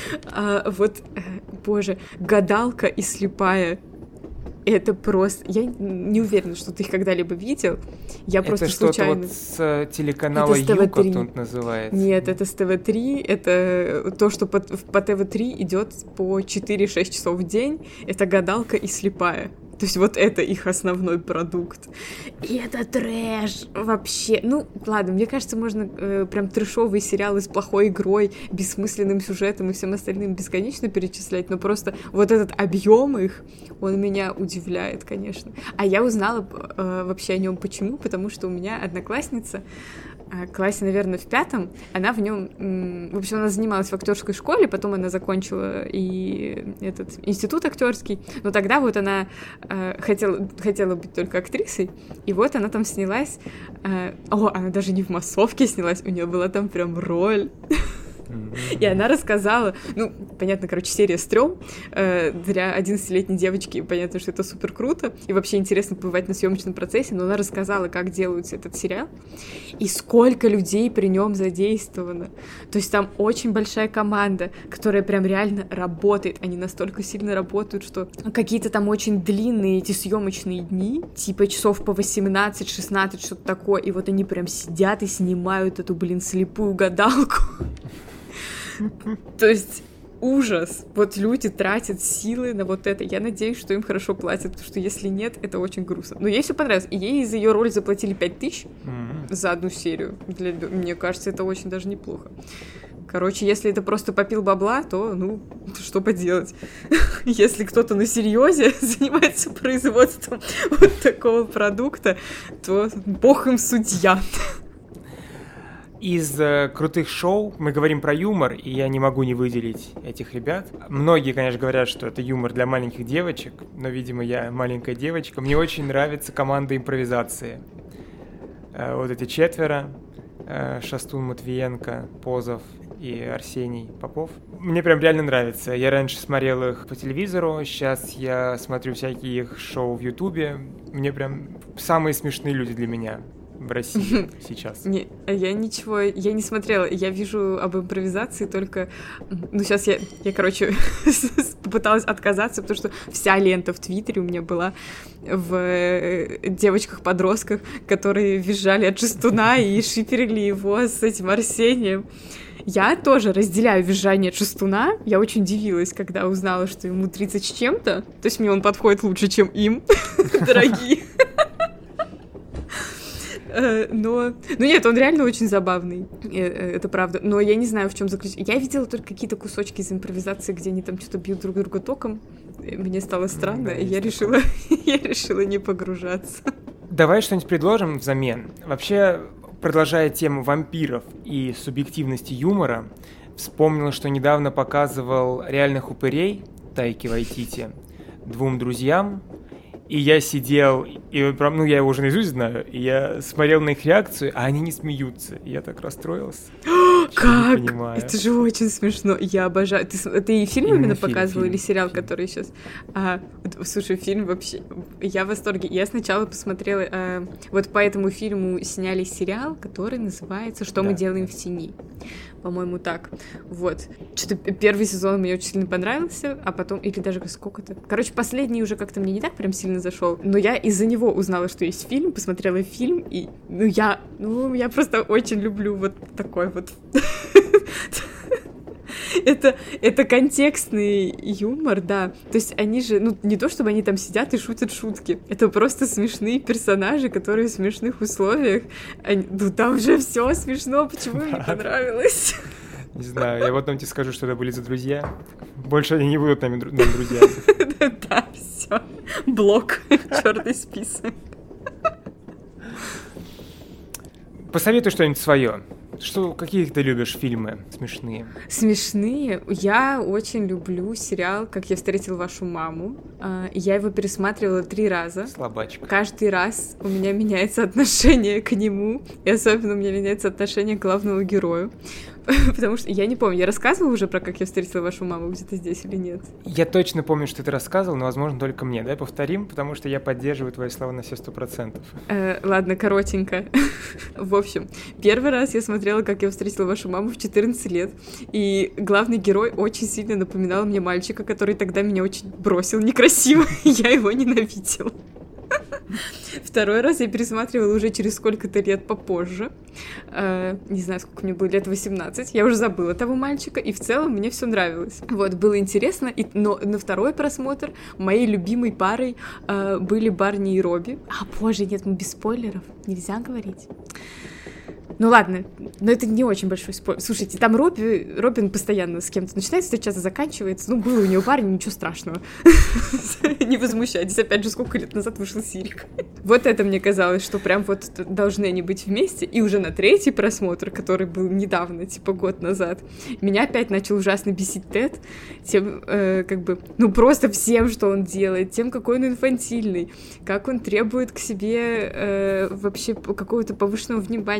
Боже, «Гадалка» и «Слепая». Это просто... Я не уверена, что ты их когда-либо видел. Я просто случайно... Это что-то вот с телеканала Ю, как он называется? Нет, это с ТВ-3. Это то, что по ТВ-3 идет по 4-6 часов в день. Это «Гадалка» и «Слепая». То есть вот это их основной продукт. И это трэш вообще. Ну, ладно, мне кажется, можно прям трэшовые сериалы с плохой игрой, бессмысленным сюжетом и всем остальным бесконечно перечислять, но просто вот этот объем их, он меня удивляет, конечно. А я узнала вообще о нем почему? Потому что у меня одноклассница, классе, наверное, в 5, она в нем... В общем, она занималась в актерской школе, потом она закончила и этот институт актерский, но тогда вот она хотела быть только актрисой, и вот она там снялась... она даже не в «Массовке» снялась, у нее была там прям роль. И она рассказала, ну, понятно, короче, серия стрём, для 11-летней девочки понятно, что это супер круто, и вообще интересно побывать на съемочном процессе, но она рассказала, как делается этот сериал, и сколько людей при нем задействовано. То есть там очень большая команда, которая прям реально работает, они настолько сильно работают, что какие-то там очень длинные эти съемочные дни, типа часов по 18-16, что-то такое, и вот они прям сидят и снимают эту, слепую гадалку. То есть ужас. Вот люди тратят силы на вот это. Я надеюсь, что им хорошо платят, потому что если нет, это очень грустно. Но ей все понравилось. И ей за ее роль заплатили 5000 за одну серию. Мне кажется, это очень даже неплохо. Короче, если это просто попил бабла, то, ну, что поделать. Если кто-то на серьезе занимается производством вот такого продукта, то бог им судья. Из крутых шоу мы говорим про юмор, и я не могу не выделить этих ребят. Многие, конечно, говорят, что это юмор для маленьких девочек, но, видимо, я маленькая девочка. Мне очень нравится команда импровизации. Вот эти четверо, Шастун Матвиенко, Позов и Арсений Попов. Мне прям реально нравится. Я раньше смотрел их по телевизору, сейчас я смотрю всякие их шоу в Ютубе. Мне прям самые смешные люди для меня в России сейчас. Я не смотрела. Я вижу об импровизации только... Ну, сейчас я короче, попыталась отказаться, потому что вся лента в Твиттере у меня была в девочках-подростках, которые визжали от Шастуна и шиперили его с этим Арсением. Я тоже разделяю визжание от Шастуна. Я очень удивилась, когда узнала, что ему 30 с чем-то. То есть мне он подходит лучше, чем им, дорогие. Но нет, он реально очень забавный, это правда. Но я не знаю, в чем заключается. Я видела только какие-то кусочки из импровизации, где они там что-то бьют друг друга током. Мне стало странно, и я решила не погружаться. Давай что-нибудь предложим взамен. Вообще, продолжая тему вампиров и субъективности юмора, вспомнил, что недавно показывал «Реальных упырей» Тайки Вайтити 2 друзьям. И я сидел, и ну, я его уже наизусть знаю, и я смотрел на их реакцию, а они не смеются. И я так расстроился. Как? Это же очень смешно. Я обожаю. Ты и фильм именно показывал, или сериал, фильм. Который сейчас... Слушай, фильм вообще... Я в восторге. Я сначала посмотрела... Вот по этому фильму сняли сериал, который называется «Что мы делаем в тени». По-моему, так. Вот. Что-то первый сезон мне очень сильно понравился, а потом... Или даже сколько-то... Короче, последний уже как-то мне не так прям сильно зашел. Но я из-за него узнала, что есть фильм, посмотрела фильм, и... я просто очень люблю вот такой вот... Это контекстный юмор, да. То есть они же, ну, не то чтобы они там сидят и шутят шутки. Это просто смешные персонажи, которые в смешных условиях. Ну, там же все смешно, почему мне понравилось? Не знаю, я потом тебе скажу, что это были за друзья. Больше они не будут нам друзьями. Да, все. Блок, черный список. Посоветуй что-нибудь свое. Какие ты любишь фильмы смешные? Смешные? Я очень люблю сериал «Как я встретил вашу маму». Я его пересматривала 3 раза. Слабачка. Каждый раз у меня меняется отношение к нему, и особенно у меня меняется отношение к главному герою. Потому что я не помню, я рассказывала уже про «Как я встретила вашу маму» где-то здесь или нет? Я точно помню, что ты рассказывал, но, возможно, только мне. Давай повторим, потому что я поддерживаю твои слова на все 100%. Ладно, коротенько. В общем, первый раз я смотрела «Как я встретила вашу маму» в 14 лет, и главный герой очень сильно напоминал мне мальчика, который тогда меня очень бросил некрасиво, и я его ненавидела. Второй раз я пересматривала уже через сколько-то лет попозже. Не знаю, сколько мне было, лет 18. Я уже забыла того мальчика, и в целом мне все нравилось. Вот, было интересно. Но на второй просмотр моей любимой парой были Барни и Робби. Боже, нет, мы без спойлеров. Нельзя говорить. Ну ладно, но это не очень большой спойлер. Слушайте, там Робин постоянно с кем-то начинает встречаться, заканчивается. Ну, было у него парень, ничего страшного. Не возмущайтесь, опять же, сколько лет назад вышел Сирик. Вот это мне казалось, что прям вот должны они быть вместе. И уже на 3-й просмотр, который был недавно, типа год назад, меня опять начал ужасно бесить Тед. Тем, просто всем, что он делает, тем, какой он инфантильный, как он требует к себе вообще какого-то повышенного внимания. Его сыновья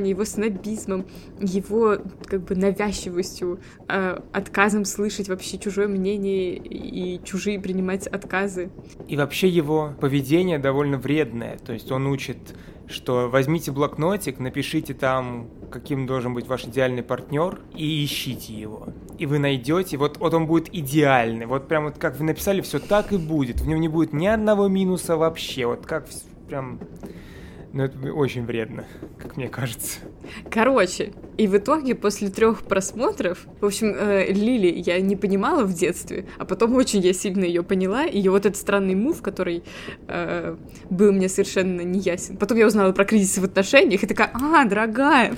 снобизмом, его как бы навязчивостью, отказом слышать вообще чужое мнение и чужие принимать отказы. И вообще его поведение довольно вредное. То есть он учит, что возьмите блокнотик, напишите там, каким должен быть ваш идеальный партнер, и ищите его. И вы найдете, вот он будет идеальный. Вот прям вот как вы написали, все так и будет. В нем не будет ни одного минуса вообще. Вот как прям... Ну, это очень вредно, как мне кажется. Короче, и в итоге после 3 просмотров, в общем, Лили я не понимала в детстве, а потом очень я сильно ее поняла, и вот этот странный мув, который был мне совершенно неясен. Потом я узнала про кризис в отношениях и такая: дорогая,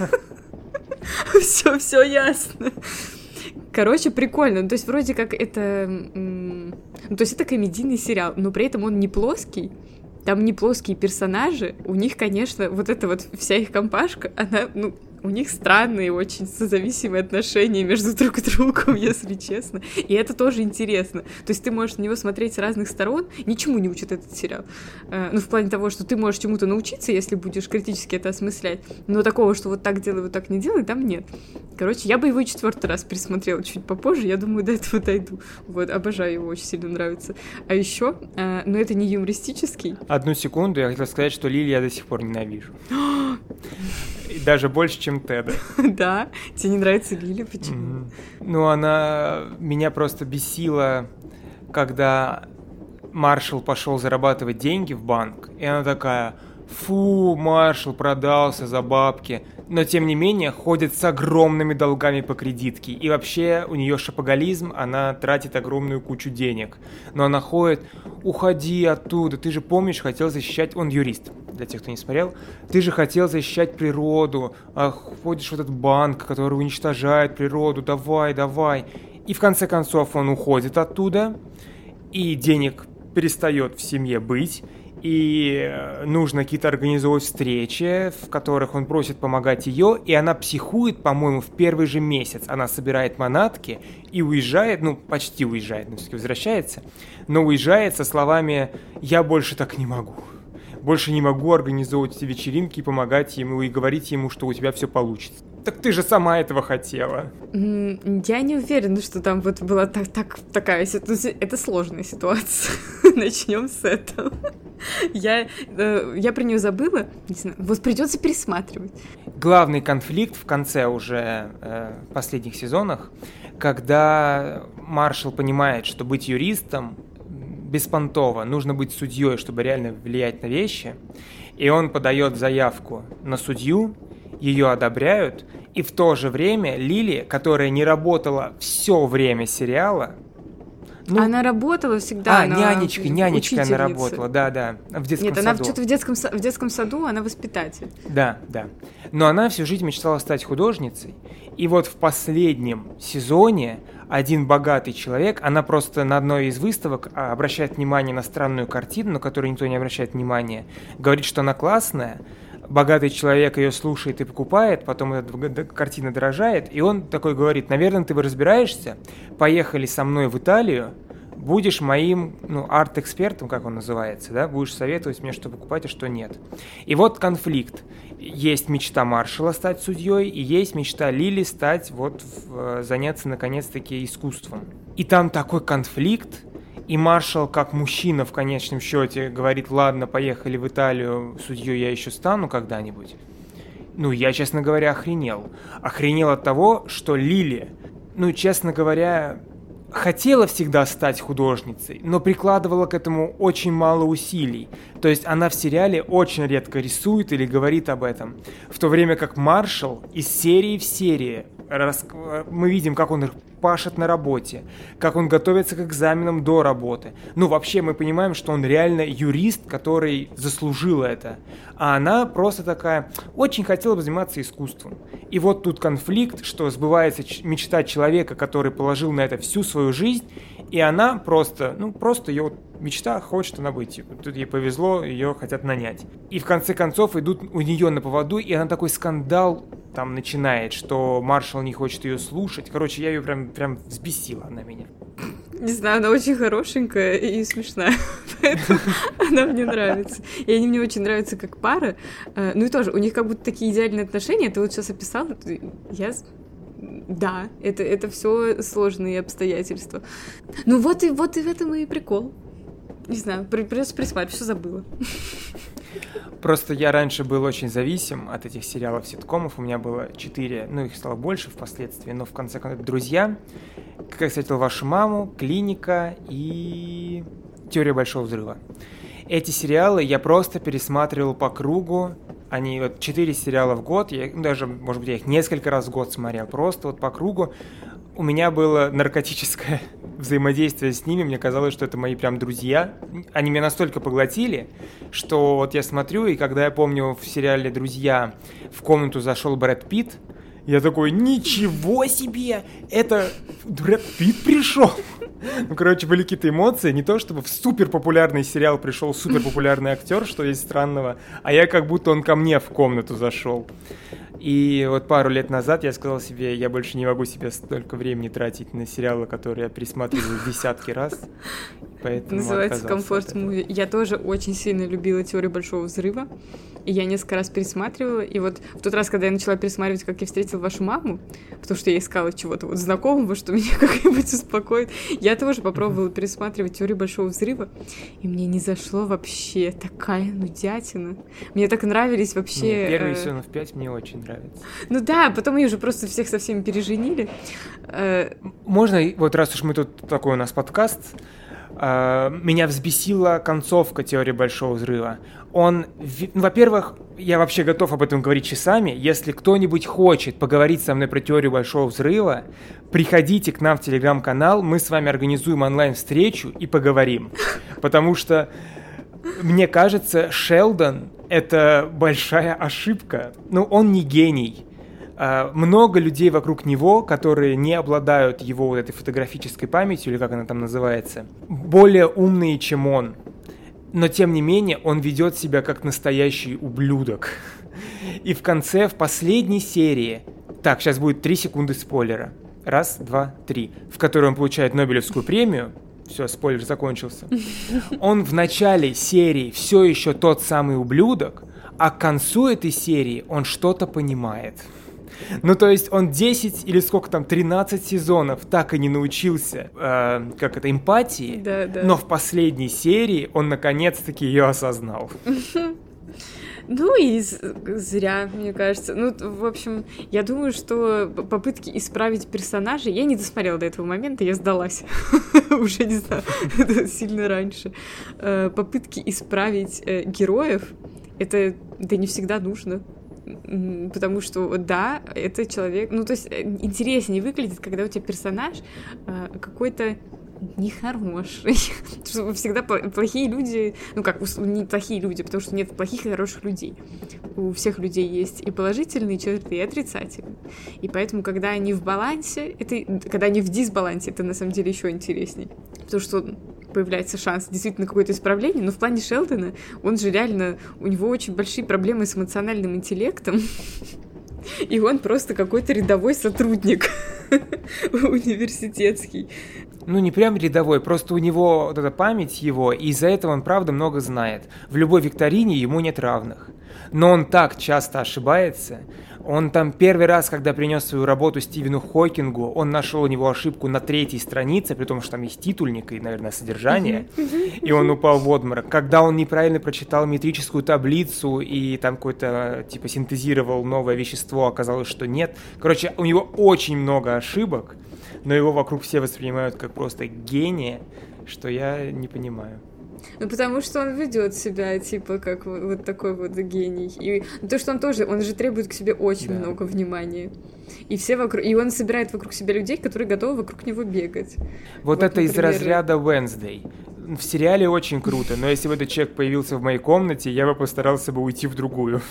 все ясно. Короче, прикольно. Ну, то есть вроде как это... Ну, то есть это комедийный сериал, но при этом он не плоский. Там не плоские персонажи, у них, конечно, вот эта вот вся их компашка, она, ну, у них странные, очень созависимые отношения между друг другом, если честно. И это тоже интересно. То есть ты можешь на него смотреть с разных сторон. Ничему не учит этот сериал. Ну, в плане того, что ты можешь чему-то научиться, если будешь критически это осмыслять. Но такого, что вот так делай, вот так не делай, там нет. Короче, я бы его 4-й раз пересмотрела чуть попозже. Я думаю, до этого дойду. Вот, обожаю его, очень сильно нравится. А еще, но это не юмористический. Одну секунду, я хотел сказать, что Лили я до сих пор ненавижу. Даже больше, чем Теда. Да? Тебе не нравится Лили? Почему? Ну, она меня просто бесила, когда Маршал пошел зарабатывать деньги в банк, и она такая: фу, Маршал продался за бабки. Но, тем не менее, ходит с огромными долгами по кредитке. И вообще у нее шопоголизм, она тратит огромную кучу денег. Но она ходит: уходи оттуда, ты же помнишь, хотел защищать... Он юрист, для тех, кто не смотрел. Ты же хотел защищать природу, а ходишь в этот банк, который уничтожает природу, давай. И в конце концов он уходит оттуда, и денег перестает в семье быть. И нужно какие-то организовывать встречи, в которых он просит помогать ее, и она психует, по-моему, в первый же месяц. Она собирает манатки и уезжает, ну, почти уезжает, но все-таки возвращается, но уезжает со словами: «Я больше так не могу. Больше не могу организовывать эти вечеринки и помогать ему, и говорить ему, что у тебя все получится». Так ты же сама этого хотела. Я не уверена, что там вот была такая ситуация. Это сложная ситуация. Начнем с этого. Я про нее забыла. Не знаю, вот придется пересматривать. Главный конфликт в конце уже последних сезонах, когда Маршал понимает, что быть юристом беспонтово, нужно быть судьей, чтобы реально влиять на вещи, и он подает заявку на судью, ее одобряют, и в то же время Лили, которая не работала все время сериала... Ну, она работала всегда. Нянечкой она работала, да, в детском саду. Нет, она что-то в детском саду, она воспитатель. Да. Но она всю жизнь мечтала стать художницей, и вот в последнем сезоне один богатый человек, она просто на одной из выставок обращает внимание на странную картину, на которую никто не обращает внимания, говорит, что она классная. Богатый человек ее слушает и покупает, потом эта картина дорожает, и он такой говорит: наверное, ты разбираешься, поехали со мной в Италию, будешь моим, арт-экспертом, как он называется, да, будешь советовать мне, что покупать, а что нет. И вот конфликт. Есть мечта Маршала стать судьей, и есть мечта Лили стать, заняться наконец-таки искусством. И там такой конфликт, и Маршал, как мужчина, в конечном счете, говорит: ладно, поехали в Италию, судьей я еще стану когда-нибудь. Я, честно говоря, охренел. Охренел от того, что Лили, честно говоря, хотела всегда стать художницей, но прикладывала к этому очень мало усилий. То есть она в сериале очень редко рисует или говорит об этом. В то время как Маршал из серии в серию мы видим, как он пашет на работе, как он готовится к экзаменам до работы. Вообще мы понимаем, что он реально юрист, который заслужил это. А она просто такая: очень хотела бы заниматься искусством. И вот тут конфликт, что сбывается мечта человека, который положил на это всю свою жизнь, и она просто ее мечта, хочет она быть. Тут ей повезло, ее хотят нанять. И в конце концов идут у нее на поводу, и она такой скандал там начинает, что Маршал не хочет ее слушать. Короче, я ее прям взбесила на меня. Не знаю, она очень хорошенькая и смешная. поэтому она мне нравится. И они мне очень нравятся как пара. Ну и тоже, у них как будто такие идеальные отношения. Ты вот сейчас описал, да, это все сложные обстоятельства. Ну вот и в этом и прикол. Не знаю, придется присматривать, все забыла. Просто я раньше был очень зависим от этих сериалов, ситкомов. У меня было 4, ну их стало больше впоследствии, но в конце концов «Друзья», «Как я встретил вашу маму», «Клиника» и «Теория большого взрыва». Эти сериалы я просто пересматривал по кругу. Они вот 4 сериала в год, даже, может быть, я их несколько раз в год смотрел, просто вот по кругу. У меня было наркотическое взаимодействие с ними, мне казалось, что это мои прям друзья. Они меня настолько поглотили, что вот я смотрю, и когда я помню в сериале «Друзья» в комнату зашел Брэд Питт, я такой, ничего себе, это Брэд Питт пришел. Ну, короче, были какие-то эмоции, не то чтобы в суперпопулярный сериал пришел суперпопулярный актер, что есть странного, а я как будто он ко мне в комнату зашел. И вот пару лет назад я сказал себе, я больше не могу себе столько времени тратить на сериалы, которые я пересматриваю десятки раз. Поэтому называется комфорт-муви. Я тоже очень сильно любила «Теорию большого взрыва». И я несколько раз пересматривала. И вот в тот раз, когда я начала пересматривать «Как я встретил вашу маму», потому что я искала чего-то вот знакомого, что меня как-нибудь успокоит, я тоже попробовала пересматривать «Теорию большого взрыва». И мне не зашло вообще, такая нудятина. Мне так нравились вообще... Первый сезон в 5 мне очень нравится. Ну да, потом они уже просто всех со всеми переженили. Можно, вот раз уж мы тут, такой у нас подкаст, меня взбесила концовка «Теории большого взрыва». Во-первых, я вообще готов об этом говорить часами. Если кто-нибудь хочет поговорить со мной про «Теорию большого взрыва», приходите к нам в телеграм-канал, мы с вами организуем онлайн-встречу и поговорим. Потому что, мне кажется, Шелдон — это большая ошибка. Ну, он не гений. Много людей вокруг него, которые не обладают его вот этой фотографической памятью, или как она там называется, более умные, чем он. Но, тем не менее, он ведет себя как настоящий ублюдок. И в конце, в последней серии... Так, сейчас будет 3 секунды спойлера. 1, 2, 3. В которой он получает Нобелевскую премию. Все, спойлер закончился. Он в начале серии все еще тот самый ублюдок, а к концу этой серии он что-то понимает. Ну, то есть он 10 или сколько там, 13 сезонов так и не научился, эмпатии, да. Но в последней серии он наконец-таки ее осознал. Ну и зря, мне кажется. Ну, в общем, я думаю, что попытки исправить персонажей... Я не досмотрела до этого момента, я сдалась. Уже, не знаю, сильно раньше. Попытки исправить героев, это не всегда нужно. Потому что, да, это человек... Ну, то есть интереснее выглядит, когда у тебя персонаж какой-то нехороший. Всегда плохие люди... Ну, как, не плохие люди, потому что нет плохих и хороших людей. У всех людей есть и положительные черты, и отрицательные. И поэтому, когда они в балансе, когда они в дисбалансе, это на самом деле еще интересней. Потому что появляется шанс действительно какое-то исправление, но в плане Шелдона он же реально... У него очень большие проблемы с эмоциональным интеллектом. И он просто какой-то рядовой сотрудник университетский. Ну, не прям рядовой, просто у него вот эта память его, и из-за этого он, правда, много знает. В любой викторине ему нет равных. Но он так часто ошибается. Он там первый раз, когда принес свою работу Стивену Хокингу, он нашел у него ошибку на 3-й странице, при том, что там есть титульник и, наверное, содержание, и он упал в обморок. Когда он неправильно прочитал метрическую таблицу и там какой-то, типа, синтезировал новое вещество, оказалось, что нет. Короче, у него очень много ошибок, но его вокруг все воспринимают как просто гения, что я не понимаю. Ну, потому что он ведет себя, типа, как вот такой вот гений. И то, что он же требует к себе очень много внимания. И все вокруг... И он собирает вокруг себя людей, которые готовы вокруг него бегать. Вот это например... из разряда Wednesday. В сериале очень круто, но если бы этот человек появился в моей комнате, я бы постарался бы уйти в другую.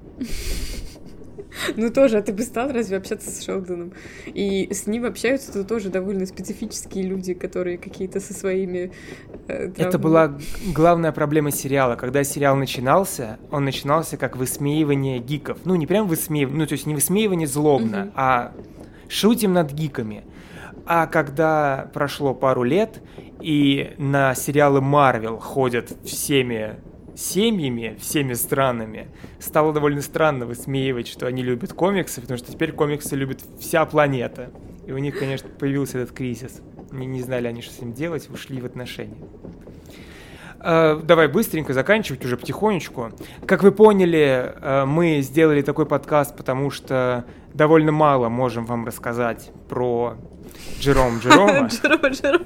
Ну тоже, а ты бы стал разве общаться с Шелдоном? И с ним общаются тоже довольно специфические люди, которые какие-то со своими травмами. Это была главная проблема сериала. Когда сериал начинался, он начинался как высмеивание гиков. Ну, не прям высмеивание, ну, то есть не высмеивание злобно, а шутим над гиками. А когда прошло пару лет, и на сериалы Marvel ходят всеми семьями, всеми странами, стало довольно странно высмеивать, что они любят комиксы, потому что теперь комиксы любит вся планета. И у них, конечно, появился этот кризис. Не знали они, что с ним делать, ушли в отношения. Давай быстренько заканчивать уже потихонечку. Как вы поняли, мы сделали такой подкаст, потому что довольно мало можем вам рассказать про Джерома. Джерома.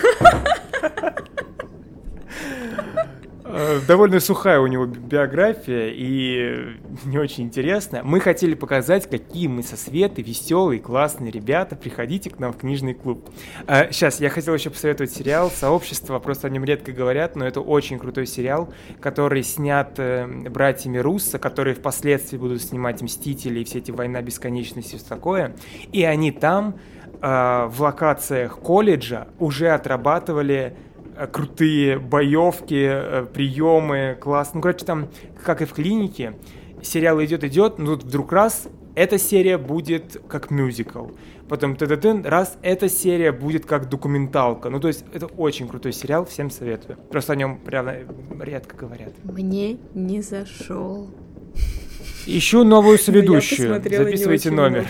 Довольно сухая у него биография и не очень интересная. Мы хотели показать, какие мы со Светой веселые, классные ребята. Приходите к нам в книжный клуб. Сейчас, я хотел еще посоветовать сериал «Сообщество». Просто о нем редко говорят, но это очень крутой сериал, который снят братьями Руссо, которые впоследствии будут снимать «Мстители» и все эти «Война бесконечности» и все такое. И они там в локациях колледжа уже отрабатывали крутые боевки, приемы, класс. Ну, короче, там, как и в клинике, сериал идет, но тут вдруг раз, эта серия будет как мюзикл. Потом раз, эта серия будет как документалка. Ну, то есть, это очень крутой сериал, всем советую. Просто о нем прям редко говорят. Мне не зашел. Ищу новую соведущую. Записывайте номер.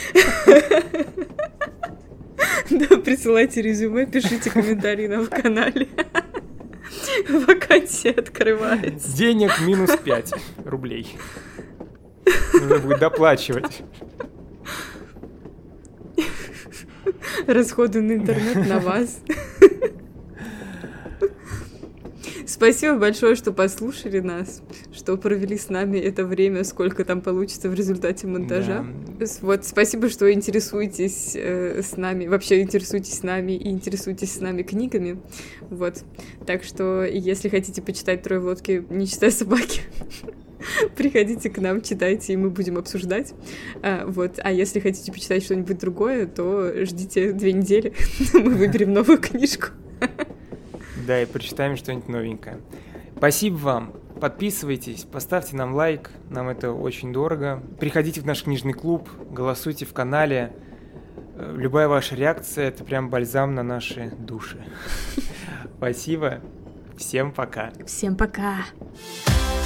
Да, присылайте резюме, пишите комментарии нам в канале. Вакансия открывается. Денег минус 5 рублей. Нужно будет доплачивать. Расходы на интернет на вас. Спасибо большое, что послушали нас, что провели с нами это время, сколько там получится в результате монтажа. Да. Вот, спасибо, что интересуетесь с нами, вообще интересуетесь с нами и интересуетесь с нами книгами. Вот. Так что, если хотите почитать «Трое в лодке, не читая собаки», приходите к нам, читайте, и мы будем обсуждать. Вот. А если хотите почитать что-нибудь другое, то ждите 2 недели, мы выберем новую книжку. Да, и прочитаем что-нибудь новенькое. Спасибо вам. Подписывайтесь, поставьте нам лайк, нам это очень дорого. Приходите в наш книжный клуб, голосуйте в канале. Любая ваша реакция – это прям бальзам на наши души. Спасибо. Всем пока. Всем пока.